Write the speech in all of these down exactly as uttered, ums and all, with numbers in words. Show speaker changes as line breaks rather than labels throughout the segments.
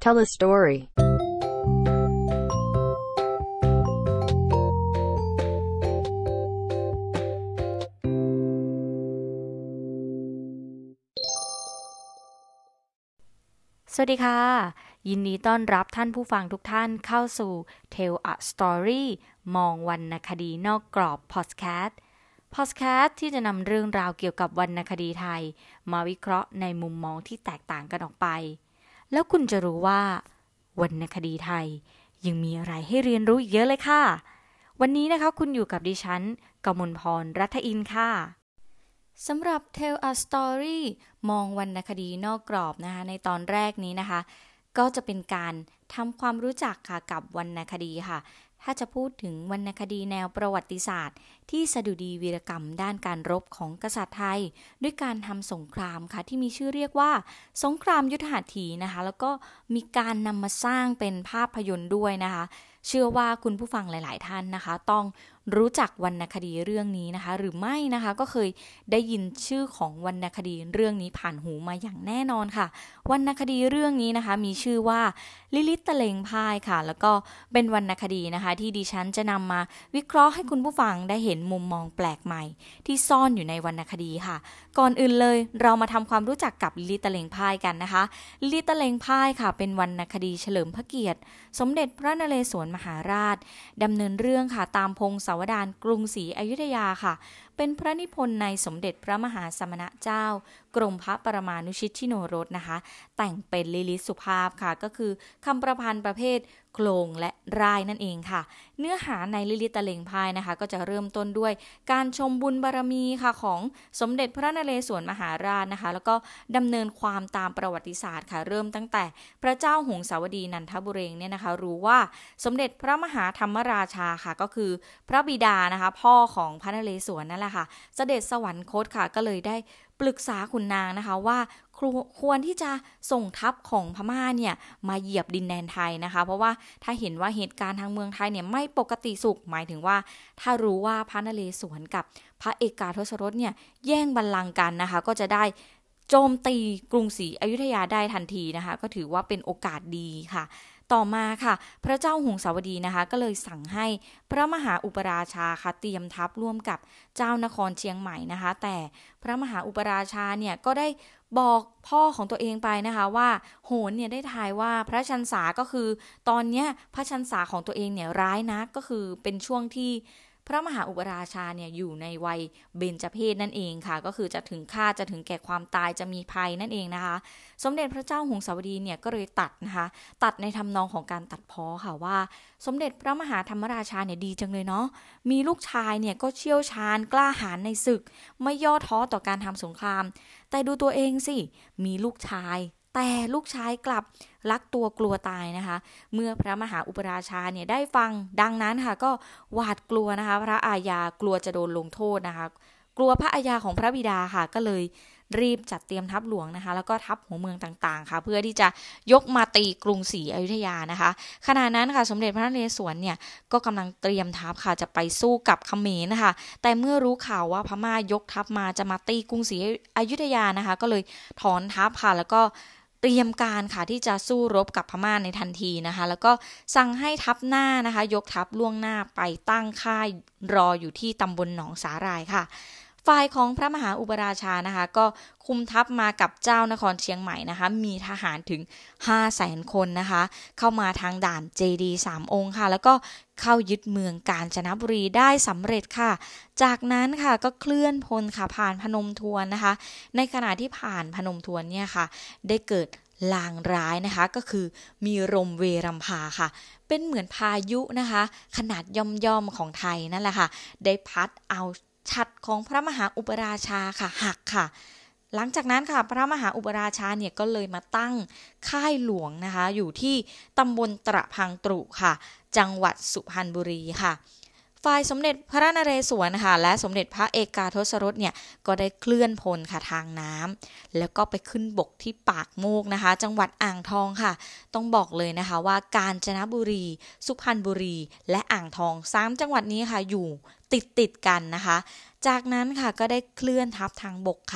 Tell a story.
สวัสดีค่ะยินดีต้อนรับท่านผู้ฟังทุกท่านเข้าสู่ Tell a Story มองวรรณคดีนอกกรอบพอดแคสต์พอดแคสต์ที่จะนำเรื่องราวเกี่ยวกับวรรณคดีไทยมาวิเคราะห์ในมุมมองที่แตกต่างกันออกไปแล้วคุณจะรู้ว่าวรรณคดีไทยยังมีอะไรให้เรียนรู้อีกเยอะเลยค่ะวันนี้นะคะคุณอยู่กับดิฉันกมลพรรัฐอินทร์ค่ะสำหรับ Tell a Story มองวรรณคดีนอกกรอบนะคะในตอนแรกนี้นะคะก็จะเป็นการทำความรู้จักค่ะกับวรรณคดีค่ะถ้าจะพูดถึงวรรณคดีแนวประวัติศาสตร์ที่สดุดีวีรกรรมด้านการรบของกษัตริย์ไทยด้วยการทำสงครามค่ะที่มีชื่อเรียกว่าสงครามยุทธหัตถีนะคะแล้วก็มีการนำมาสร้างเป็นภาพยนตร์ด้วยนะคะเชื่อว่าคุณผู้ฟังหลายๆท่านนะคะต้องรู้จักวรรณคดีเรื่องนี้นะคะหรือไม่นะคะก็เคยได้ยินชื่อของวรรณคดีเรื่องนี้ผ่านหูมาอย่างแน่นอนค่ะวรรณคดีเรื่องนี้นะคะมีชื่อว่าลิลิตตะเลงพ่ายค่ะแล้วก็เป็นวรรณคดีนะคะที่ดิฉันจะนำมาวิเคราะห์ให้คุณผู้ฟังได้เห็นมุมมองแปลกใหม่ที่ซ่อนอยู่ในวรรณคดีค่ะก่อนอื่นเลยเรามาทำความรู้จักกับลิลิตตะเลงพ่ายกันนะคะลิลิตตะเลงพ่ายค่ะเป็นวรรณคดีเฉลิมพระเกียรติสมเด็จพระนเรศวรมหาราชดำเนินเรื่องค่ะตามพงศาวดารกรุงศรีอยุธยาค่ะเป็นพระนิพนธ์ในสมเด็จพระมหาสมณเจ้ากรมพระปรมานุชิตชิโนรสนะคะแต่งเป็นลิลิตสุภาพค่ะก็คือคำประพันธ์ประเภทโครงและร่ายนั่นเองค่ะเนื้อหาในลิลิตตะเลงพ่ายนะคะก็จะเริ่มต้นด้วยการชมบุญบารมีค่ะของสมเด็จพระนเรศวรมหาราชนะคะแล้วก็ดำเนินความตามประวัติศาสตร์ค่ะเริ่มตั้งแต่พระเจ้าหงสาวดีนันทบุเรงเนี่ยนะคะรู้ว่าสมเด็จพระมหาธรรมราชาค่ะก็คือพระบิดานะคะพ่อของพระนเรศวรนั่นแหละค่ะเสด็จสวรรคตค่ะก็เลยได้ปรึกษาขุนนางนะคะว่าควรที่จะส่งทัพของพม่าเนี่ยมาเหยียบดินแดนไทยนะคะเพราะว่าถ้าเห็นว่าเหตุการณ์ทางเมืองไทยเนี่ยไม่ปกติสุขหมายถึงว่าถ้ารู้ว่าพระนเรศวรกับพระเอกาทศรสเนี่ยแย่งบัลลังก์กันนะคะก็จะได้โจมตีกรุงศรีอยุธยาได้ทันทีนะคะก็ถือว่าเป็นโอกาสดีค่ะต่อมาค่ะพระเจ้าหงสาวดีนะคะก็เลยสั่งให้พระมหาอุปราชาค่ะเตรียมทัพร่วมกับเจ้านครเชียงใหม่นะคะแต่พระมหาอุปราชาเนี่ยก็ได้บอกพ่อของตัวเองไปนะคะว่าโหนเนี่ยได้ทายว่าพระชันษาก็คือตอนเนี้ยพระชันษาของตัวเองเนี่ยร้ายนะก็คือเป็นช่วงที่พระมหาอุปราชาเนี่ยอยู่ในวัยเบญจเพสนั่นเองค่ะก็คือจะถึงฆาตจะถึงแก่ความตายจะมีภัยนั่นเองนะคะสมเด็จพระเจ้าหงสาวดีเนี่ยก็เลยตัดนะคะตัดในทำนองของการตัดพ้อค่ะว่าสมเด็จพระมหาธรรมราชาเนี่ยดีจังเลยเนาะมีลูกชายเนี่ยก็เชี่ยวชาญกล้าหาญในศึกไม่ย่อท้อต่อการทำสงครามแต่ดูตัวเองสิมีลูกชายแต่ลูกชายกลับลักตัวกลัวตายนะคะเมื่อพระมหาอุปราชาเนี่ยได้ฟังดังนั้นค่ะก็หวาดกลัวนะคะพระอาญากลัวจะโดนลงโทษนะคะกลัวพระอาญาของพระบิดาค่ะก็เลยรีบจัดเตรียมทัพหลวงนะคะแล้วก็ทัพหัวเมืองต่างๆค่ะเพื่อที่จะยกมาตีกรุงศรีอยุธยานะคะขณะนั้นค่ะสมเด็จพระนเรศวรเนี่ยก็กำลังเตรียมทัพค่ะจะไปสู้กับเขมรนะคะแต่เมื่อรู้ข่าวว่าพม่ายกทัพมาจะมาตีกรุงศรีอยุธยานะคะก็เลยถอนทัพค่ะแล้วก็เตรียมการค่ะที่จะสู้รบกับพม่าในทันทีนะคะแล้วก็สั่งให้ทัพหน้านะคะยกทัพล่วงหน้าไปตั้งค่ายรออยู่ที่ตำบลหนองสาหร่ายค่ะฝ่ายของพระมหาอุปราชานะคะก็คุมทัพมากับเจ้านครเชียงใหม่นะคะมีทหารถึง ห้าแสน คนนะคะเข้ามาทางด่านเจดีย์สามองค์ค่ะแล้วก็เข้ายึดเมืองกาญจนบุรีได้สำเร็จค่ะจากนั้นค่ะก็เคลื่อนพลค่ะผ่านพนมทวนนะคะในขณะที่ผ่านพนมทวนเนี่ยค่ะได้เกิดลางร้ายนะคะก็คือมีลมเวรัมพาค่ะเป็นเหมือนพายุนะคะขนาดย่อมๆของไทยนั่นแหละค่ะได้พัดเอาฉัตรของพระมหาอุปราชาค่ะหักค่ะหลังจากนั้นค่ะพระมหาอุปราชาเนี่ยก็เลยมาตั้งค่ายหลวงนะคะอยู่ที่ตำบลตระพังตรุค่ะจังหวัดสุพรรณบุรีค่ะฝ่ายสมเด็จพระนเรศวรค่ะและสมเด็จพระเอกาทศรสเนี่ยก็ได้เคลื่อนพลค่ะทางน้ำแล้วก็ไปขึ้นบกที่ปากโมกนะคะจังหวัดอ่างทองค่ะต้องบอกเลยนะคะว่ากาญจนบุรีสุพรรณบุรีและอ่างทองสามจังหวัดนี้ค่ะอยู่ติดติดกันนะคะจากนั้นค่ะก็ได้เคลื่อนทัพทางบกค่ะ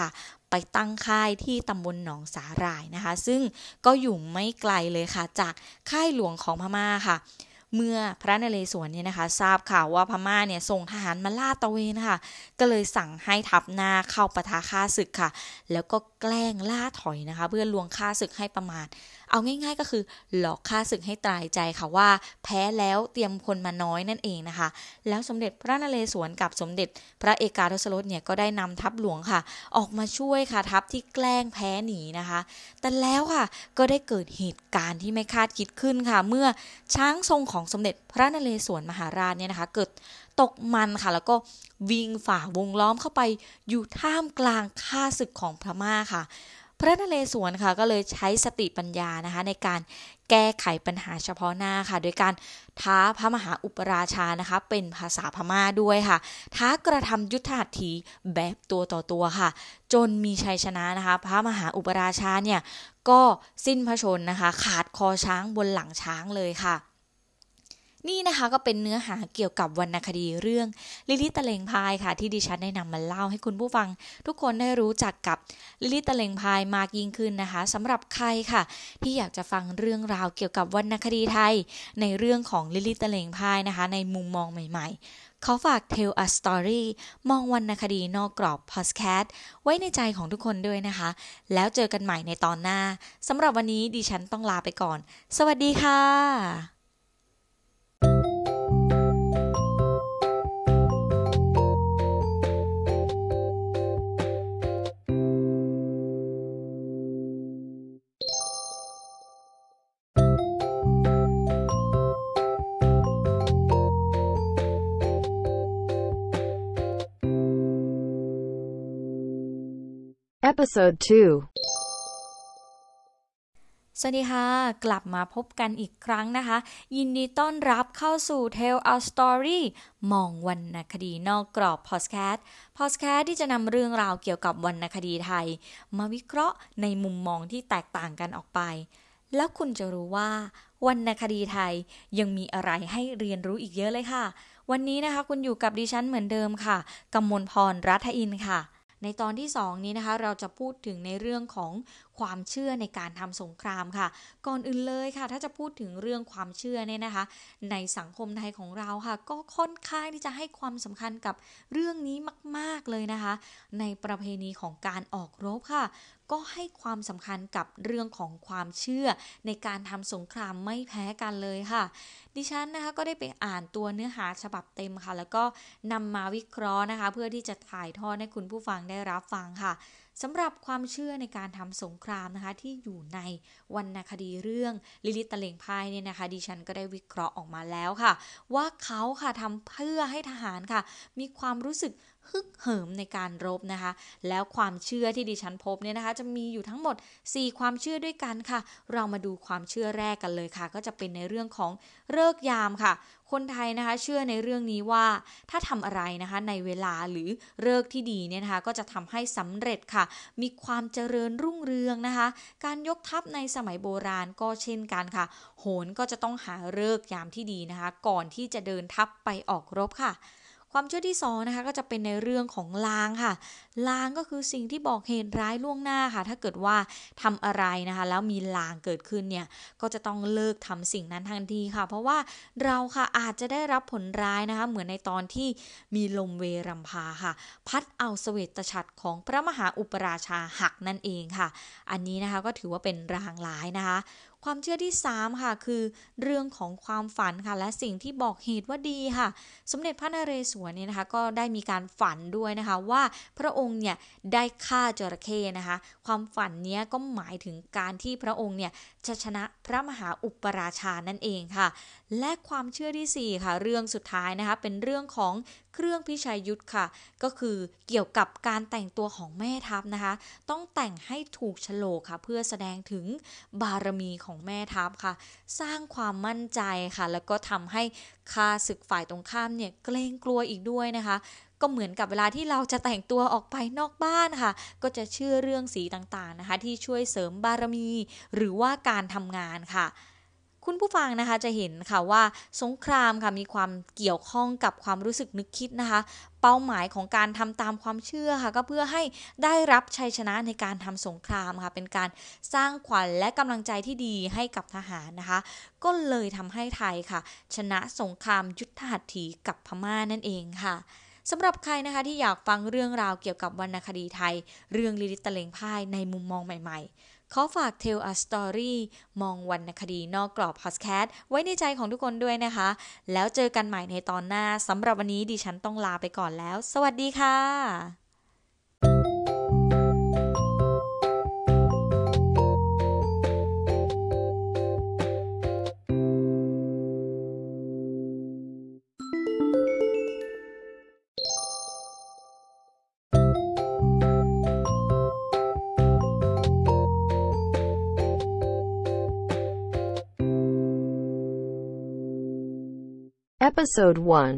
ไปตั้งค่ายที่ตำบลหนองสาหร่ายนะคะซึ่งก็อยู่ไม่ไกลเลยค่ะจากค่ายหลวงของพม่าค่ะเมื่อพระนเรศวรเนี่ยนะคะทราบข่าวว่าพม่าเนี่ยส่งทหารมาลาดตระเวนค่ะก็เลยสั่งให้ทัพหน้าเข้าปะทะฆ่าศึกค่ะแล้วก็แกล้งล่าถอยนะคะเพื่อลวงฆ่าศึกให้ประมาทเอาง่ายๆก็คือหลอกฆ่าศึกให้ตายใจค่ะว่าแพ้แล้วเตรียมคนมาน้อยนั่นเองนะคะแล้วสมเด็จพระนเรศวรกับสมเด็จพระเอกาทศรสเนี่ยก็ได้นำทัพหลวงค่ะออกมาช่วยค่ะทัพที่แกล้งแพ้หนีนะคะแต่แล้วค่ะก็ได้เกิดเหตุการณ์ที่ไม่คาดคิดขึ้นค่ะเมื่อช้างทรงของสมเด็จพระนเรศวรมหาราชเนี่ยนะคะเกิดตกมันค่ะแล้วก็วิ่งฝ่าวงล้อมเข้าไปอยู่ท่ามกลางข้าศึกของพม่าค่ะพระนเรศวรค่ะก็เลยใช้สติปัญญานะคะในการแก้ไขปัญหาเฉพาะหน้าค่ะโดยการท้าพระมหาอุปราชานะคะเป็นภาษาพม่าด้วยค่ะท้ากระทำยุทธหัตถีแบบตัวต่อตัวค่ะจนมีชัยชนะนะคะพระมหาอุปราชาเนี่ยก็สิ้นพระชนนะคะขาดคอช้างบนหลังช้างเลยค่ะนี่นะคะก็เป็นเนื้อหาเกี่ยวกับวรรณคดีเรื่องลิลิตะเลงพายค่ะที่ดิฉันได้นำมาเล่าให้คุณผู้ฟังทุกคนได้รู้จักกับลิลิตะเลงพายมากยิ่งขึ้นนะคะสำหรับใครค่ะที่อยากจะฟังเรื่องราวเกี่ยวกับวรรณคดีไทยในเรื่องของลิลิตะเลงพายนะคะในมุมมองใหม่ๆขอฝาก Tell a Story มองวรรณคดีนอกกรอบ Podcast ไว้ในใจของทุกคนด้วยนะคะแล้วเจอกันใหม่ในตอนหน้าสำหรับวันนี้ดิฉันต้องลาไปก่อนสวัสดีค่ะ
Episode two
สวัสดีค่ะกลับมาพบกันอีกครั้งนะคะยินดีต้อนรับเข้าสู่ Tell a Story มองวรรณคดีนอกกรอบ Podcast Podcast ที่จะนำเรื่องราวเกี่ยวกับวรรณคดีไทยมาวิเคราะห์ในมุมมองที่แตกต่างกันออกไปแล้วคุณจะรู้ว่าวรรณคดีไทยยังมีอะไรให้เรียนรู้อีกเยอะเลยค่ะวันนี้นะคะคุณอยู่กับดิฉันเหมือนเดิมค่ะกมลพรรัฐอินทร์ค่ะในตอนที่สองนี้นะคะเราจะพูดถึงในเรื่องของความเชื่อในการทำสงครามค่ะก่อนอื่นเลยค่ะถ้าจะพูดถึงเรื่องความเชื่อเนี่ยนะคะในสังคมไทยของเราค่ะก็ค่อนข้างที่จะให้ความสำคัญกับเรื่องนี้มากๆเลยนะคะในประเพณีของการออกรบค่ะก็ให้ความสำคัญกับเรื่องของความเชื่อในการทำสงครามไม่แพ้กันเลยค่ะดิฉันนะคะก็ได้ไปอ่านตัวเนื้อหาฉบับเต็มค่ะแล้วก็นำมาวิเคราะห์นะคะเพื่อที่จะถ่ายทอดให้คุณผู้ฟังได้รับฟังค่ะสำหรับความเชื่อในการทำสงครามนะคะที่อยู่ในวรรณคดีเรื่องลิลิตะเลงพายเนี่ยนะคะดิฉันก็ได้วิเคราะห์ออกมาแล้วค่ะว่าเขาค่ะทำเพื่อให้ทหารค่ะมีความรู้สึกฮึกเหิมในการรบนะคะแล้วความเชื่อที่ดิฉันพบเนี่ยนะคะจะมีอยู่ทั้งหมดสี่ความเชื่อด้วยกันค่ะเรามาดูความเชื่อแรกกันเลยค่ะก็จะเป็นในเรื่องของฤกษ์ยามค่ะคนไทยนะคะเชื่อในเรื่องนี้ว่าถ้าทำอะไรนะคะในเวลาหรือฤกษ์ที่ดีเนี่ยนะคะก็จะทำให้สำเร็จค่ะมีความเจริญรุ่งเรืองนะคะการยกทัพในสมัยโบราณก็เช่นกันค่ะโหรก็จะต้องหาฤกษ์ยามที่ดีนะคะก่อนที่จะเดินทัพไปออกรบค่ะความเชื่อที่สองนะคะก็จะเป็นในเรื่องของลางค่ะลางก็คือสิ่งที่บอกเหตุร้ายล่วงหน้าค่ะถ้าเกิดว่าทำอะไรนะคะแล้วมีลางเกิดขึ้นเนี่ยก็จะต้องเลิกทำสิ่งนั้นทันทีค่ะเพราะว่าเราค่ะอาจจะได้รับผลร้ายนะคะเหมือนในตอนที่มีลมเวรัมพาค่ะพัดเอาเสวตฉัตรของพระมหาอุปราชาหักนั่นเองค่ะอันนี้นะคะก็ถือว่าเป็นรางร้ายนะคะความเชื่อที่สามค่ะคือเรื่องของความฝันค่ะและสิ่งที่บอกเหตุว่าดีค่ะสมเด็จพระนเรศวรเนี่ยนะคะก็ได้มีการฝันด้วยนะคะว่าพระองค์เนี่ยได้ฆ่าจระเข้นะคะความฝันนี้ก็หมายถึงการที่พระองค์เนี่ยจะชนะพระมหาอุปราชานั่นเองค่ะและความเชื่อที่สี่ค่ะเรื่องสุดท้ายนะคะเป็นเรื่องของเครื่องพิชัยยุทธค่ะก็คือเกี่ยวกับการแต่งตัวของแม่ทัพนะคะต้องแต่งให้ถูกโฉลกค่ะเพื่อแสดงถึงบารมีของแม่ทัพค่ะสร้างความมั่นใจค่ะแล้วก็ทำให้ข้าศึกฝ่ายตรงข้ามเนี่ยเกรงกลัวอีกด้วยนะคะก็เหมือนกับเวลาที่เราจะแต่งตัวออกไปนอกบ้านค่ะก็จะเชื่อเรื่องสีต่างๆนะคะที่ช่วยเสริมบารมีหรือว่าการทำงานค่ะคุณผู้ฟังนะคะจะเห็นค่ะว่าสงครามค่ะมีความเกี่ยวข้องกับความรู้สึกนึกคิดนะคะเป้าหมายของการทำตามความเชื่อค่ะก็เพื่อให้ได้รับชัยชนะในการทำสงครามค่ะเป็นการสร้างขวัญและกำลังใจที่ดีให้กับทหารนะคะก็เลยทำให้ไทยค่ะชนะสงครามยุทธหัตถีกับพม่านั่นเองค่ะสำหรับใครนะคะที่อยากฟังเรื่องราวเกี่ยวกับวรรณคดีไทยเรื่องลิลิตตะเลงพ่ายในมุมมองใหม่ๆขอฝาก Tell a Story มองวรรณคดีนอกกรอบพอดแคสต์ไว้ในใจของทุกคนด้วยนะคะแล้วเจอกันใหม่ในตอนหน้าสำหรับวันนี้ดิฉันต้องลาไปก่อนแล้วสวัสดีค่ะ
Episode one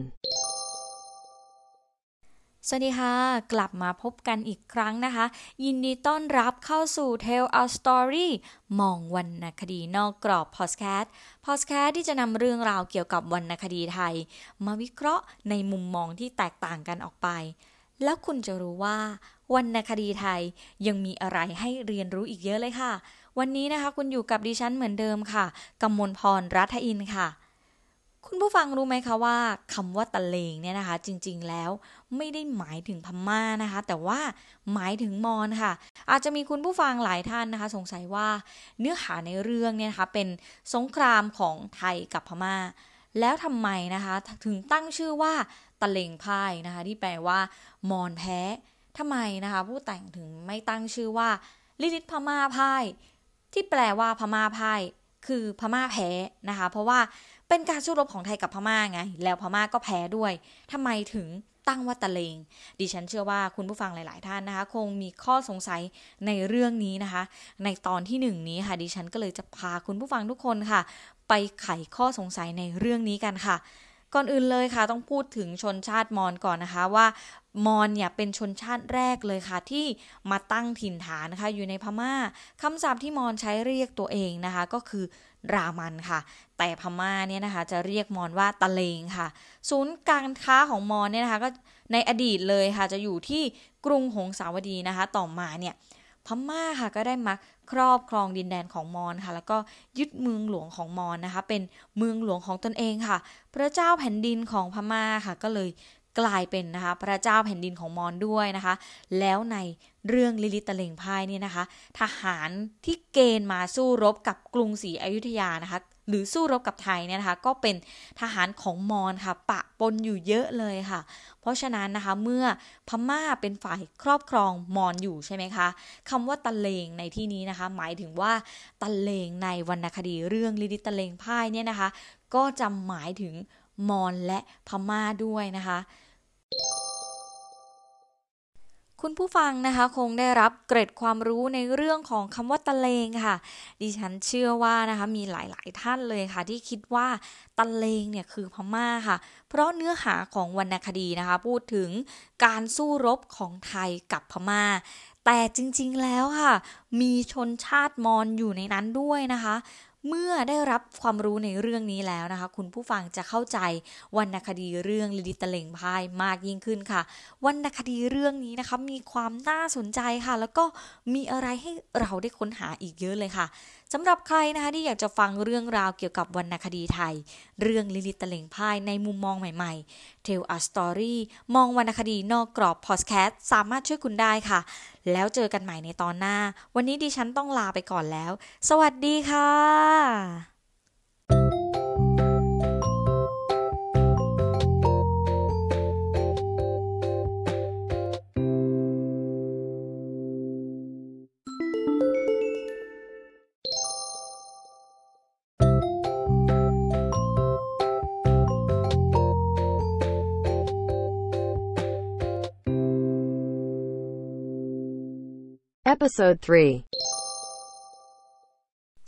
สวัสดีค่ะกลับมาพบกันอีกครั้งนะคะยินดีต้อนรับเข้าสู่ Tell a Story มองวรรณคดีนอกกรอบพอดแคสต์พอดแคสต์ที่จะนำเรื่องราวเกี่ยวกับวรรณคดีไทยมาวิเคราะห์ในมุมมองที่แตกต่างกันออกไปแล้วคุณจะรู้ว่าวรรณคดีไทยยังมีอะไรให้เรียนรู้อีกเยอะเลยค่ะวันนี้นะคะคุณอยู่กับดิฉันเหมือนเดิมค่ะกมลพรรัฐอินทร์ค่ะคุณผู้ฟังรู้ไหมคะว่าคำว่าตะเลงเนี่ยนะคะจริงๆแล้วไม่ได้หมายถึงพม่านะคะแต่ว่าหมายถึงมอญค่ะอาจจะมีคุณผู้ฟังหลายท่านนะคะสงสัยว่าเนื้อหาในเรื่องเนี่ยนะคะเป็นสงครามของไทยกับพม่าแล้วทำไมนะคะถึงตั้งชื่อว่าตะเลงพ่ายนะคะที่แปลว่ามอญแพ้ทำไมนะคะผู้แต่งถึงไม่ตั้งชื่อว่าลิลิตพม่าพ่ายที่แปลว่าพม่าพ่ายคือพม่าแพ้นะคะเพราะว่าเป็นการสู้รบของไทยกับพม่าไงแล้วพม่าก็แพ้ด้วยทำไมถึงตั้งว่าตะเลงดิฉันเชื่อว่าคุณผู้ฟังหลายๆท่านนะคะคงมีข้อสงสัยในเรื่องนี้นะคะในตอนที่หนึ่งนี้ค่ะดิฉันก็เลยจะพาคุณผู้ฟังทุกคนค่ะไปไขข้อสงสัยในเรื่องนี้กันค่ะก่อนอื่นเลยค่ะต้องพูดถึงชนชาติมอญก่อนนะคะว่ามอญเนี่ยเป็นชนชาติแรกเลยค่ะที่มาตั้งถิ่นฐานนะคะอยู่ในพม่าคำศัพท์ที่มอญใช้เรียกตัวเองนะคะก็คือรามันค่ะแต่พม่าเนี่ยนะคะจะเรียกมอญว่าตะเลงค่ะศูนย์การค้าของมอญเนี่ยนะคะก็ในอดีตเลยค่ะจะอยู่ที่กรุงหงสาวดีนะคะต่อมาเนี่ยพม่าค่ะก็ได้มาครอบครองดินแดนของมอญค่ะแล้วก็ยึดเมืองหลวงของมอญนะคะเป็นเมืองหลวงของตนเองค่ะพระเจ้าแผ่นดินของพม่าค่ะก็เลยกลายเป็นนะคะพระเจ้าแผ่นดินของมอญด้วยนะคะแล้วในเรื่องลิลิตตะเลงพ่ายเนี่ยนะคะทหารที่เกณฑ์มาสู้รบกับกรุงศรีอยุธยานะคะหรือสู้รบกับไทยเนี่ยนะคะก็เป็นทหารของมอญค่ะปะปนอยู่เยอะเลยค่ะเพราะฉะนั้นนะคะเมื่อพม่าเป็นฝ่ายครอบครองมอญอยู่ใช่ไหมคะคำว่าตะเลงในที่นี้นะคะหมายถึงว่าตะเลงในวรรณคดีเรื่องลิลิตตะเลงพ่ายเนี่ยนะคะก็จะหมายถึงมอญและพม่าด้วยนะคะคุณผู้ฟังนะคะคงได้รับเกร็ดความรู้ในเรื่องของคำว่าตะเลงค่ะดิฉันเชื่อว่านะคะมีหลายๆท่านเลยค่ะที่คิดว่าตะเลงเนี่ยคือพม่าค่ะเพราะเนื้อหาของวรรณคดีนะคะพูดถึงการสู้รบของไทยกับพม่าแต่จริงๆแล้วค่ะมีชนชาติมอญอยู่ในนั้นด้วยนะคะเมื่อได้รับความรู้ในเรื่องนี้แล้วนะคะคุณผู้ฟังจะเข้าใจวรรณคดีเรื่องลิลิตตะเลงพ่ายมากยิ่งขึ้นค่ะวรรณคดีเรื่องนี้นะคะมีความน่าสนใจค่ะแล้วก็มีอะไรให้เราได้ค้นหาอีกเยอะเลยค่ะสำหรับใครนะคะที่อยากจะฟังเรื่องราวเกี่ยวกับวรรณคดีไทยเรื่องลิลิตตะเลงพ่ายในมุมมองใหม่ๆ Tell a Story มองวรรณคดีนอกกรอบพอดแคสต์สามารถช่วยคุณได้ค่ะแล้วเจอกันใหม่ในตอนหน้าวันนี้ดิฉันต้องลาไปก่อนแล้วสวัสดีค่ะ
Episode three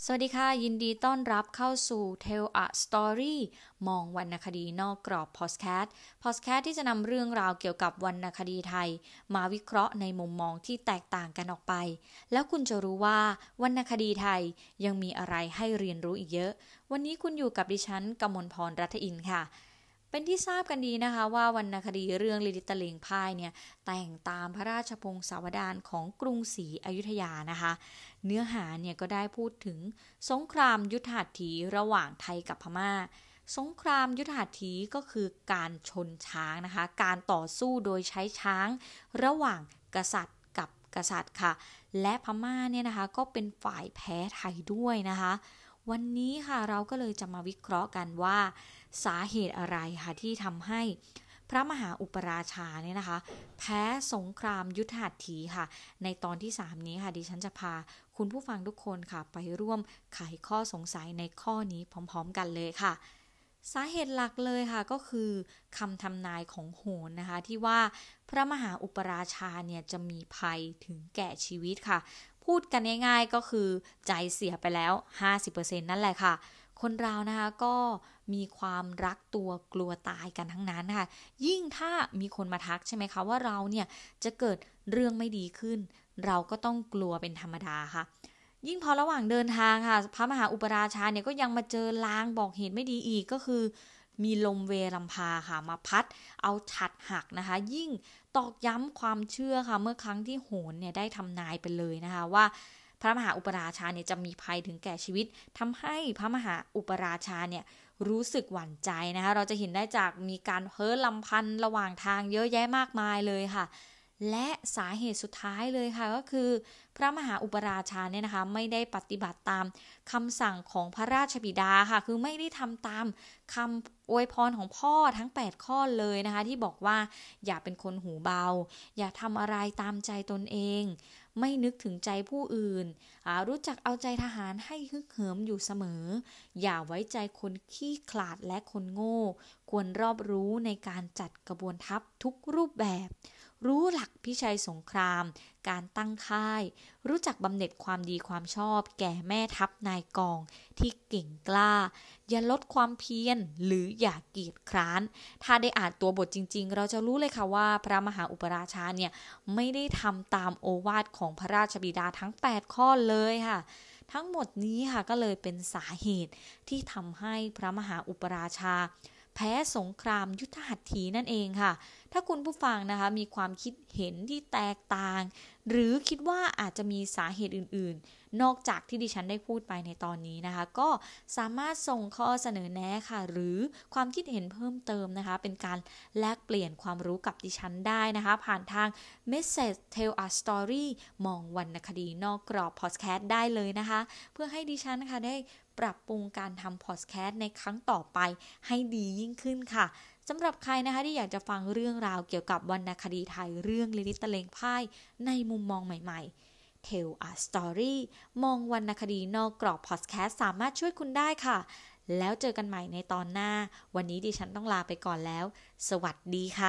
สวัสดีค่ะยินดีต้อนรับเข้าสู่ Tell a Story มองวรรณคดีนอกกรอบพอดแคสต์พอดแคสต์ที่จะนำเรื่องราวเกี่ยวกับวรรณคดีไทยมาวิเคราะห์ในมุมมองที่แตกต่างกันออกไปแล้วคุณจะรู้ว่าวรรณคดีไทยยังมีอะไรให้เรียนรู้อีกเยอะวันนี้คุณอยู่กับดิฉันกมลพรรัตอินทร์ค่ะเป็นที่ทราบกันดีนะคะว่าวรรณคดีเรื่องลิลิตะเลงพ่ายเนี่ยแต่งตามพระราชพงศาวดารของกรุงศรีอยุธยานะคะเนื้อหาเนี่ยก็ได้พูดถึงสงครามยุทธหัตถีระหว่างไทยกับพม่าสงครามยุทธหัตถีก็คือการชนช้างนะคะการต่อสู้โดยใช้ช้างระหว่างกษัตริย์กับกษัตริย์ค่ะและพม่าเนี่ยนะคะก็เป็นฝ่ายแพ้ไทยด้วยนะคะวันนี้ค่ะเราก็เลยจะมาวิเคราะห์กันว่าสาเหตุอะไรค่ะที่ทำให้พระมหาอุปราชาเนี่ยนะคะแพ้สงครามยุทธหัตถีค่ะในตอนที่สามนี้ค่ะดิฉันจะพาคุณผู้ฟังทุกคนค่ะไปร่วมไขข้อสงสัยในข้อนี้พร้อมๆกันเลยค่ะสาเหตุหลักเลยค่ะก็คือคำทำนายของโหรนะคะที่ว่าพระมหาอุปราชาเนี่ยจะมีภัยถึงแก่ชีวิตค่ะพูดกันง่ายๆก็คือใจเสียไปแล้ว ห้าสิบเปอร์เซ็นต์ นั่นแหละค่ะคนเรานะคะก็มีความรักตัวกลัวตายกันทั้งนั้นค่ะยิ่งถ้ามีคนมาทักใช่ไหมคะว่าเราเนี่ยจะเกิดเรื่องไม่ดีขึ้นเราก็ต้องกลัวเป็นธรรมดาค่ะยิ่งพอระหว่างเดินทางค่ะพระมหาอุปราชาเนี่ยก็ยังมาเจอลางบอกเหตุไม่ดีอีกก็คือมีลมเวลัมพาค่ะมาพัดเอาฉัตรหักนะคะยิ่งตอกย้ำความเชื่อค่ะเมื่อครั้งที่โหรเนี่ยได้ทำนายไปเลยนะคะว่าพระมหาอุปราชาเนี่ยจะมีภัยถึงแก่ชีวิตทำให้พระมหาอุปราชาเนี่ยรู้สึกหวั่นใจนะคะเราจะเห็นได้จากมีการเพ้อลำพันระหว่างทางเยอะแยะมากมายเลยค่ะและสาเหตุสุดท้ายเลยค่ะก็คือพระมหาอุปราชาเนี่ยนะคะไม่ได้ปฏิบัติตามคำสั่งของพระราชบิดาค่ะคือไม่ได้ทำตามคำอวยพรของพ่อทั้งแปดข้อเลยนะคะที่บอกว่าอย่าเป็นคนหูเบาอย่าทำอะไรตามใจตนเองไม่นึกถึงใจผู้อื่นรู้จักเอาใจทหารให้ฮึกเหิมอยู่เสมออย่าไว้ใจคนขี้ขลาดและคนโง่ควรรอบรู้ในการจัดกระบวนทัพทุกรูปแบบรู้หลักพิชัยสงครามการตั้งค่ายรู้จักบำเหน็จความดีความชอบแก่แม่ทัพนายกองที่เก่งกล้าอย่าลดความเพียรหรืออย่าเกียจคร้านถ้าได้อ่านตัวบทจริงๆเราจะรู้เลยค่ะว่าพระมหาอุปราชาเนี่ยไม่ได้ทำตามโอวาทของพระราชบิดาทั้งแปดข้อเลยค่ะทั้งหมดนี้ค่ะก็เลยเป็นสาเหตุที่ทำให้พระมหาอุปราชาแพ้สงครามยุทธหัตถีนั่นเองค่ะถ้าคุณผู้ฟังนะคะมีความคิดเห็นที่แตกต่างหรือคิดว่าอาจจะมีสาเหตุอื่นๆนอกจากที่ดิฉันได้พูดไปในตอนนี้นะคะก็สามารถส่งข้อเสนอแนะค่ะหรือความคิดเห็นเพิ่มเติมนะคะเป็นการแลกเปลี่ยนความรู้กับดิฉันได้นะคะผ่านทาง Message Tell a Story มองวรรณคดีนอกกรอบพอดแคสต์ได้เลยนะคะเพื่อให้ดิฉันนะคะได้ปรับปรุงการทำพอดแคสต์ในครั้งต่อไปให้ดียิ่งขึ้นค่ะสำหรับใครนะคะที่อยากจะฟังเรื่องราวเกี่ยวกับวรรณคดีไทยเรื่องลิลิตะเลงพ่ายในมุมมองใหม่ๆ Tell a Story มองวรรณคดีนอกกรอบพอดแคสต์สามารถช่วยคุณได้ค่ะแล้วเจอกันใหม่ในตอนหน้าวันนี้ดิฉันต้องลาไปก่อนแล้วสวัสดีค่ะ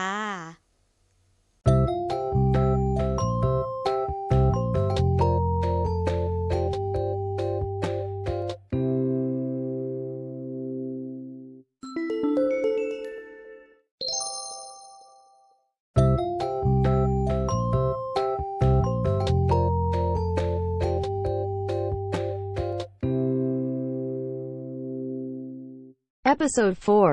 Episode four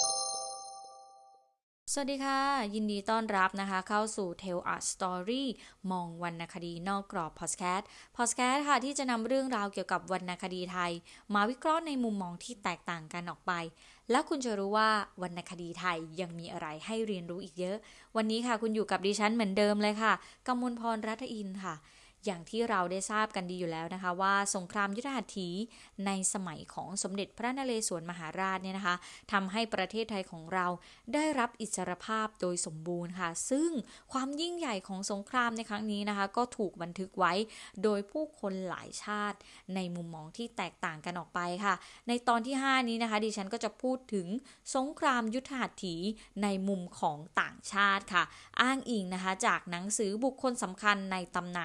สวัสดีค่ะยินดีต้อนรับนะคะเข้าสู่ Tell a Story มองวรรณคดีนอกกรอบพอดแคสต์พอดแคสต์ค่ะที่จะนำเรื่องราวเกี่ยวกับวรรณคดีไทยมาวิเคราะห์ในมุมมองที่แตกต่างกันออกไปแล้วคุณจะรู้ว่าวรรณคดีไทยยังมีอะไรให้เรียนรู้อีกเยอะวันนี้ค่ะคุณอยู่กับดิฉันเหมือนเดิมเลยค่ะกมลพรรัตอินทร์ค่ะอย่างที่เราได้ทราบกันดีอยู่แล้วนะคะว่าสงครามยุทธหัตถีในสมัยของสมเด็จพระนเรศวรมหาราชเนี่ยนะคะทำให้ประเทศไทยของเราได้รับอิสรภาพโดยสมบูรณ์ค่ะซึ่งความยิ่งใหญ่ของสงครามในครั้งนี้นะคะก็ถูกบันทึกไว้โดยผู้คนหลายชาติในมุมมองที่แตกต่างกันออกไปค่ะในตอนที่ห้านี้นะคะดิฉันก็จะพูดถึงสงครามยุทธหัตถีในมุมของต่างชาติค่ะอ้างอิงนะคะจากหนังสือบุคคลสำคัญในตำนานสมเด็จ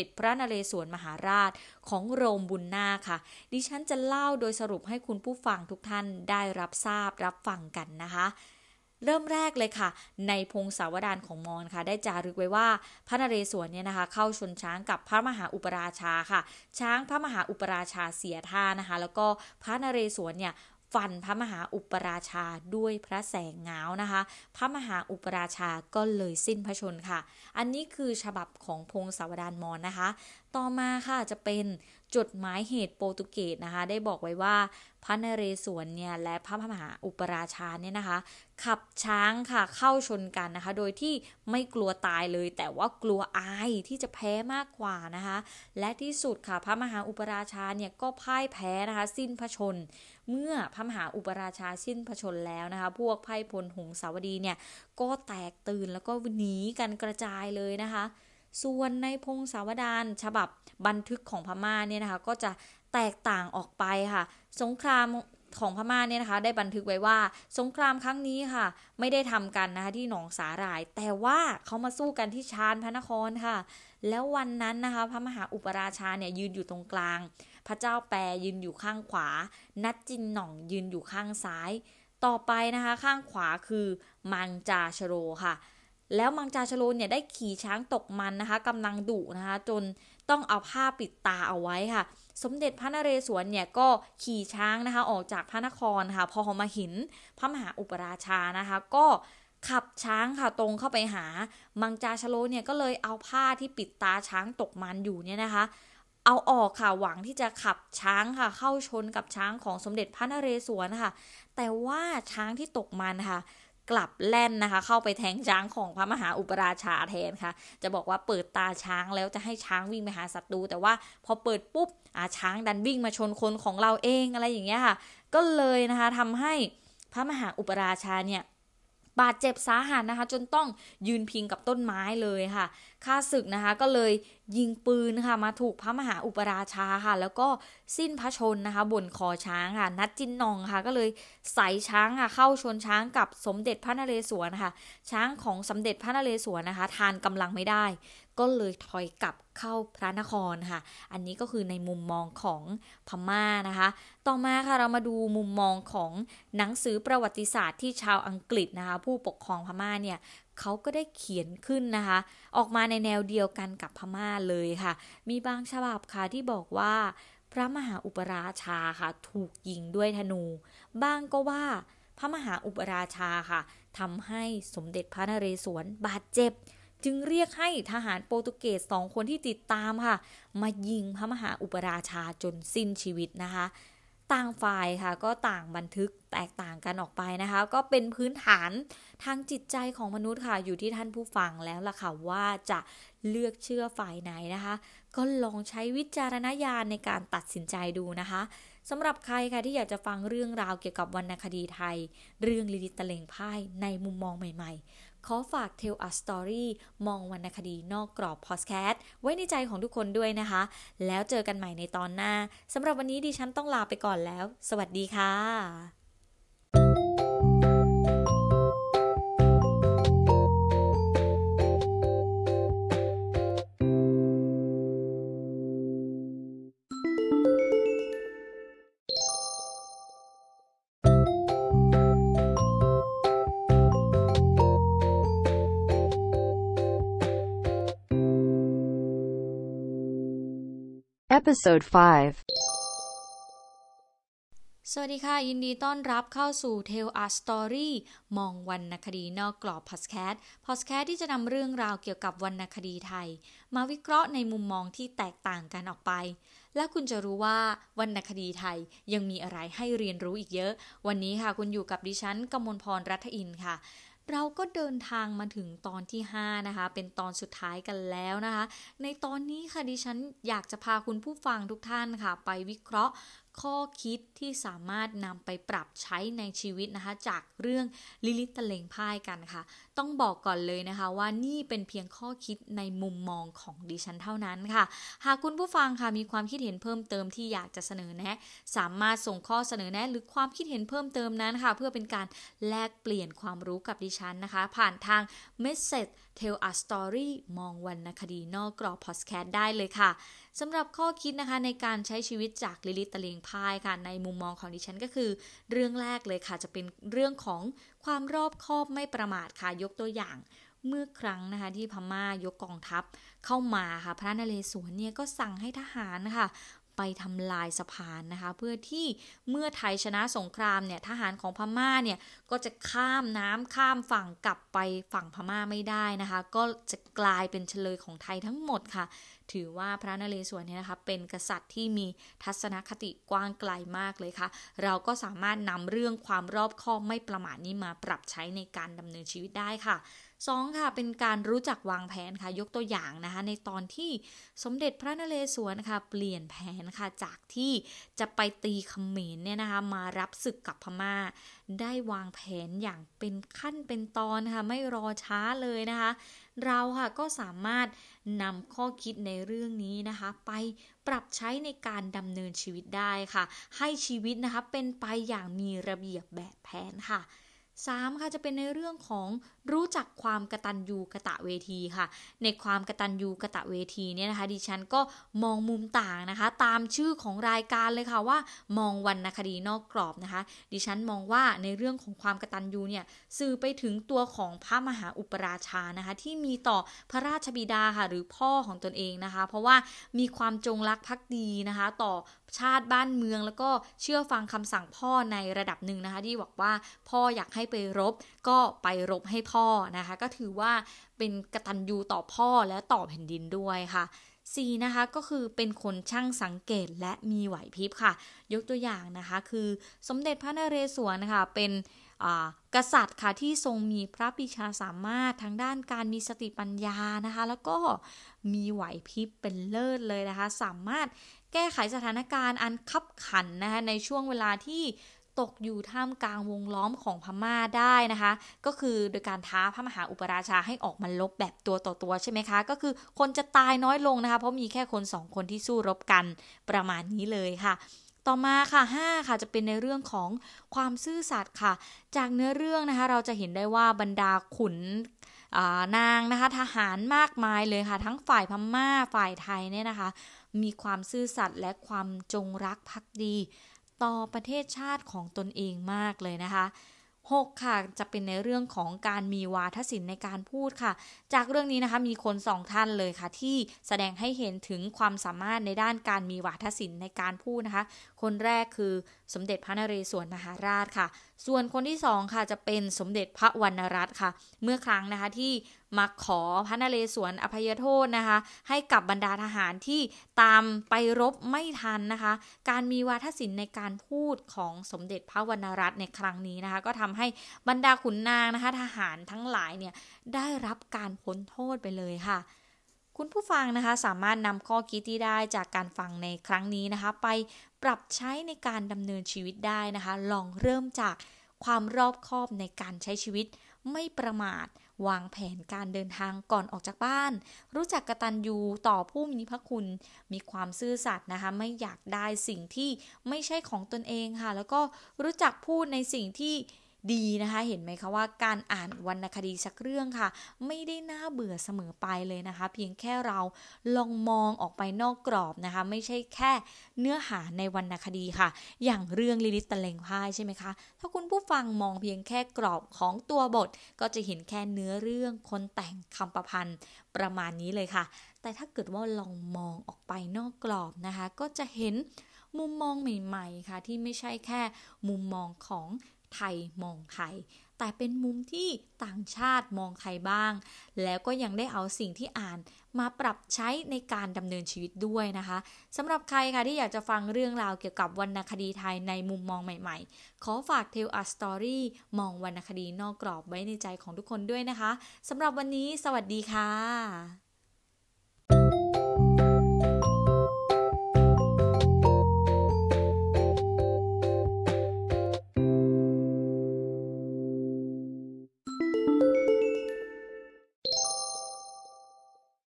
พระนเรศวรมหาราชของโรมบุญนาคค่ะดิฉันจะเล่าโดยสรุปให้คุณผู้ฟังทุกท่านได้รับทราบรับฟังกันนะคะเริ่มแรกเลยค่ะในพงศาวดารของมอญค่ะได้จารึกไว้ว่าพระนเรศวรเนี่ยนะคะเข้าชนช้างกับพระมหาอุปราชาค่ะช้างพระมหาอุปราชาเสียท่านะคะแล้วก็พระนเรศวรเนี่ยฟันพระมหาอุปราชาด้วยพระแสงง้าวนะคะพระมหาอุปราชาก็เลยสิ้นพระชนม์ค่ะอันนี้คือฉบับของพงศาวดารมอญนะคะต่อมาค่ะจะเป็นจดหมายเหตุโปรตุเกสนะคะได้บอกไว้ว่าพระนเรศวรเนี่ยและพระมหาอุปราชาเนี่ยนะคะขับช้างค่ะเข้าชนกันนะคะโดยที่ไม่กลัวตายเลยแต่ว่ากลัวอายที่จะแพ้มากกว่านะคะและที่สุดค่ะพระมหาอุปราชาเนี่ยก็พ่ายแพ้นะคะสิ้นพระชนม์เมื่อพระมหาอุปราชาสิ้นพระชนม์แล้วนะคะพวกไพร่พลหงสาวดีเนี่ยก็แตกตื่นแล้วก็หนีกันกระจายเลยนะคะส่วนในพงศาวดารฉบับบันทึกของพม่าเนี่ยนะคะก็จะแตกต่างออกไปค่ะสงครามของพม่าเนี่ยนะคะได้บันทึกไว้ว่าสงครามครั้งนี้ค่ะไม่ได้ทำกันนะคะที่หนองสาหร่ายแต่ว่าเขามาสู้กันที่ชานพระนครค่ะแล้ววันนั้นนะคะพระมหาอุปราชาเนี่ยยืนอยู่ตรงกลางพระเจ้าแปรยืนอยู่ข้างขวานัดจินหน่องยืนอยู่ข้างซ้ายต่อไปนะคะข้างขวาคือมังจาชโรค่ะแล้วมังจาชโรเนี่ยได้ขี่ช้างตกมันนะคะกำลังดุนะคะจนต้องเอาผ้าปิดตาเอาไว้ค่ะสมเด็จพระนเรศวรเนี่ยก็ขี่ช้างนะคะออกจากพระนครค่ะพอเขามาเห็นพระมหาอุปราชานะคะก็ขับช้างค่ะตรงเข้าไปหามังจาชโรเนี่ยก็เลยเอาผ้าที่ปิดตาช้างตกมันอยู่เนี่ยนะคะเอาออกค่ะหวังที่จะขับช้างค่ะเข้าชนกับช้างของสมเด็จพระนเรศวรค่ะแต่ว่าช้างที่ตกมันค่ะกลับแล่นนะคะเข้าไปแทงช้างของพระมหาอุปราชาแทนค่ะจะบอกว่าเปิดตาช้างแล้วจะให้ช้างวิ่งไปหาศัตรูแต่ว่าพอเปิดปุ๊บอ่าช้างดันวิ่งมาชนคนของเราเองอะไรอย่างเงี้ยค่ะก็เลยนะคะทำให้พระมหาอุปราชาเนี่ยบาดเจ็บสาหัสนะคะจนต้องยืนพิงกับต้นไม้เลยค่ะข้าศึกนะคะก็เลยยิงปืนค่ะมาถูกพระมหาอุปราชาค่ะแล้วก็สิ้นพระชนนะคะบนคอช้างค่ะนัดจินนองค่ะก็เลยใส่ช้างค่ะเข้าชนช้างกับสมเด็จพระนเรศวรค่ะช้างของสมเด็จพระนเรศวรนะคะทานกำลังไม่ได้ก็เลยถอยกลับเข้าพระนครค่ะอันนี้ก็คือในมุมมองของพม่านะคะต่อมาค่ะเรามาดูมุมมองของหนังสือประวัติศาสตร์ที่ชาวอังกฤษนะคะผู้ปกครองพม่าเนี่ยเขาก็ได้เขียนขึ้นนะคะออกมาในแนวเดียวกันกับพม่าเลยค่ะมีบางฉบับค่ะที่บอกว่าพระมหาอุปราชาค่ะถูกยิงด้วยธนูบ้างก็ว่าพระมหาอุปราชาค่ะทำให้สมเด็จพระนเรศวรบาดเจ็บจึงเรียกให้ทหารโปรตุเกสสองคนที่ติดตามค่ะมายิงพระมหาอุปราชาจนสิ้นชีวิตนะคะต่างฝ่ายค่ะก็ต่างบันทึกแตกต่างกันออกไปนะคะก็เป็นพื้นฐานทางจิตใจของมนุษย์ค่ะอยู่ที่ท่านผู้ฟังแล้วล่ะค่ะว่าจะเลือกเชื่อฝ่ายไหนนะคะก็ลองใช้วิจารณญาณในการตัดสินใจดูนะคะสำหรับใครค่ะที่อยากจะฟังเรื่องราวเกี่ยวกับวรรณคดีไทยเรื่องลิลิตตะเลงพ่ายในมุมมองใหม่ๆขอฝาก Tell a Story มองวรรณคดีนอกกรอบพอดแคสต์ไว้ในใจของทุกคนด้วยนะคะแล้วเจอกันใหม่ในตอนหน้าสำหรับวันนี้ดิฉันต้องลาไปก่อนแล้วสวัสดีค่ะ
Episode five
สวัสดีค่ะยินดีต้อนรับเข้าสู่ Tell a Story มองวรรณคดีนอกกรอบพอดแคสต์พอดแคสต์ที่จะนำเรื่องราวเกี่ยวกับวรรณคดีไทยมาวิเคราะห์ในมุมมองที่แตกต่างกันออกไปและคุณจะรู้ว่าวรรณคดีไทยยังมีอะไรให้เรียนรู้อีกเยอะวันนี้ค่ะคุณอยู่กับดิฉันกมลพรรัฐอินทร์ค่ะเราก็เดินทางมาถึงตอนที่ห้านะคะเป็นตอนสุดท้ายกันแล้วนะคะในตอนนี้ค่ะดิฉันอยากจะพาคุณผู้ฟังทุกท่านค่ะไปวิเคราะห์ข้อคิดที่สามารถนำไปปรับใช้ในชีวิตนะคะจากเรื่องลิลิตตะเลงพ่ายกันค่ะต้องบอกก่อนเลยนะคะว่านี่เป็นเพียงข้อคิดในมุมมองของดิฉันเท่านั้นค่ะหากคุณผู้ฟังค่ะมีความคิดเห็นเพิ่มเติมที่อยากจะเสนอแนะสามารถส่งข้อเสนอแนะหรือความคิดเห็นเพิ่มเติมนั้นค่ะเพื่อเป็นการแลกเปลี่ยนความรู้กับดิฉันนะคะผ่านทาง Message Tell a Story มองวรรณคดีนอกกรอบ Podcast ได้เลยค่ะสำหรับข้อคิดนะคะในการใช้ชีวิตจากลิลิตตะเลงพ่ายค่ะในมุมมองของดิฉันก็คือเรื่องแรกเลยค่ะจะเป็นเรื่องของความรอบคอบไม่ประมาทค่ะยกตัวอย่างเมื่อครั้งนะคะที่พม่ายกกองทัพเข้ามาค่ะพระนเรศวรเนี่ยก็สั่งให้ทหารนะคะไปทำลายสะพานนะคะเพื่อที่เมื่อไทยชนะสงครามเนี่ยทหารของพม่าเนี่ยก็จะข้ามน้ำข้ามฝั่งกลับไปฝั่งพม่าไม่ได้นะคะก็จะกลายเป็นเฉลยของไทยทั้งหมดค่ะถือว่าพระนเรศวรเนี่ยนะคะเป็นกษัตริย์ที่มีทัศนคติกว้างไกลมากเลยค่ะเราก็สามารถนำเรื่องความรอบคอบไม่ประมาทนี้มาปรับใช้ในการดำเนินชีวิตได้ค่ะสองค่ะเป็นการรู้จักวางแผนค่ะยกตัวอย่างนะคะในตอนที่สมเด็จพระนเรศวรค่ะเปลี่ยนแผนค่ะจากที่จะไปตีเขมรเนี่ยนะคะมารับศึกกับพม่าได้วางแผนอย่างเป็นขั้นเป็นตอนค่ะไม่รอช้าเลยนะคะเราค่ะก็สามารถนำข้อคิดในเรื่องนี้นะคะไปปรับใช้ในการดำเนินชีวิตได้ค่ะให้ชีวิตนะคะเป็นไปอย่างมีระเบียบแบบแผนค่ะสามค่ะจะเป็นในเรื่องของรู้จักความกตัญญูกตเวทีค่ะในความกตัญญูกตเวทีเนี่ยนะคะดิฉันก็มองมุมต่างนะคะตามชื่อของรายการเลยค่ะว่ามองวรรณคดีนอกกรอบนะคะดิฉันมองว่าในเรื่องของความกตัญญูเนี่ยสื่อไปถึงตัวของพระมหาอุปราชานะคะที่มีต่อพระราชบิดาค่ะหรือพ่อของตนเองนะคะเพราะว่ามีความจงรักภักดีนะคะต่อชาติบ้านเมืองแล้วก็เชื่อฟังคำสั่งพ่อในระดับหนึ่งนะคะที่บอกว่าพ่ออยากให้ไปรบก็ไปรบให้พ่อนะคะก็ถือว่าเป็นกตัญญูต่อพ่อและต่อแผ่นดินด้วยค่ะสี่นะคะก็คือเป็นคนช่างสังเกตและมีไหวพริบค่ะยกตัวอย่างนะคะคือสมเด็จพระนเรศวรนะคะเป็นกษัตริย์ค่ะที่ทรงมีพระปรีชาสามารถทางด้านการมีสติปัญญานะคะแล้วก็มีไหวพริบเป็นเลิศเลยนะคะสามารถแก้ไขสถานการณ์อันคับขันนะคะในช่วงเวลาที่ตกอยู่ท่ามกลางวงล้อมของพม่าได้นะคะก็คือโดยการท้าพระมหาอุปราชาให้ออกมาลบแบบตัวต่อตัวใช่ไหมคะก็คือคนจะตายน้อยลงนะคะเพราะมีแค่คนสองคนที่สู้รบกันประมาณนี้เลยค่ะต่อมาค่ะห้าค่ะจะเป็นในเรื่องของความซื่อสัตย์ค่ะจากเนื้อเรื่องนะคะเราจะเห็นได้ว่าบรรดาขุนนางนะคะทหารมากมายเลยค่ะทั้งฝ่ายพม่าฝ่ายไทยเนี่ยนะคะมีความซื่อสัตย์และความจงรักภักดีต่อประเทศชาติของตนเองมากเลยนะคะหกค่ะจะเป็นในเรื่องของการมีวาทศิลป์ในการพูดค่ะจากเรื่องนี้นะคะมีคนสองท่านเลยค่ะที่แสดงให้เห็นถึงความสามารถในด้านการมีวาทศิลป์ในการพูดนะคะคนแรกคือสมเด็จพระนเรศวรมหาราชค่ะส่วนคนที่สองค่ะจะเป็นสมเด็จพระวรรณรัตน์ค่ะเมื่อครั้งนะคะที่มาขอพระนเรศวรอภัยโทษนะคะให้กับบรรดาทหารที่ตามไปรบไม่ทันนะคะการมีวาทศิลป์ในการพูดของสมเด็จพระวรรณรัตน์ในครั้งนี้นะคะก็ทำให้บรรดาขุนนางนะคะทหารทั้งหลายเนี่ยได้รับการพ้นโทษไปเลยค่ะคุณผู้ฟังนะคะสามารถนำข้อคิดที่ได้จากการฟังในครั้งนี้นะคะไปปรับใช้ในการดำเนินชีวิตได้นะคะลองเริ่มจากความรอบคอบในการใช้ชีวิตไม่ประมาทวางแผนการเดินทางก่อนออกจากบ้านรู้จักกตัญญูต่อผู้มีพระคุณมีความซื่อสัตย์นะคะไม่อยากได้สิ่งที่ไม่ใช่ของตนเองค่ะแล้วก็รู้จักพูดในสิ่งที่ดีนะคะเห็นไหมคะว่าการอ่านวรรณคดีสักเรื่องค่ะไม่ได้น่าเบื่อเสมอไปเลยนะคะเพียงแค่เราลองมองออกไปนอกกรอบนะคะไม่ใช่แค่เนื้อหาในวรรณคดีค่ะอย่างเรื่องลิลิตตะเลงพ่ายใช่ไหมคะถ้าคุณผู้ฟังมองเพียงแค่กรอบของตัวบทก็จะเห็นแค่เนื้อเรื่องคนแต่งคำประพันธ์ประมาณนี้เลยค่ะแต่ถ้าเกิดว่าลองมองออกไปนอกกรอบนะคะก็จะเห็นมุมมองใหม่ๆค่ะที่ไม่ใช่แค่มุมมองของไทยมองไทยแต่เป็นมุมที่ต่างชาติมองไทยบ้างแล้วก็ยังได้เอาสิ่งที่อ่านมาปรับใช้ในการดำเนินชีวิตด้วยนะคะสำหรับใครค่ะที่อยากจะฟังเรื่องราวเกี่ยวกับวรรณคดีไทยในมุมมองใหม่ๆขอฝาก Tell a Story มองวรรณคดีนอกกรอบไว้ในใจของทุกคนด้วยนะคะสำหรับวันนี้สวัสดีค่ะ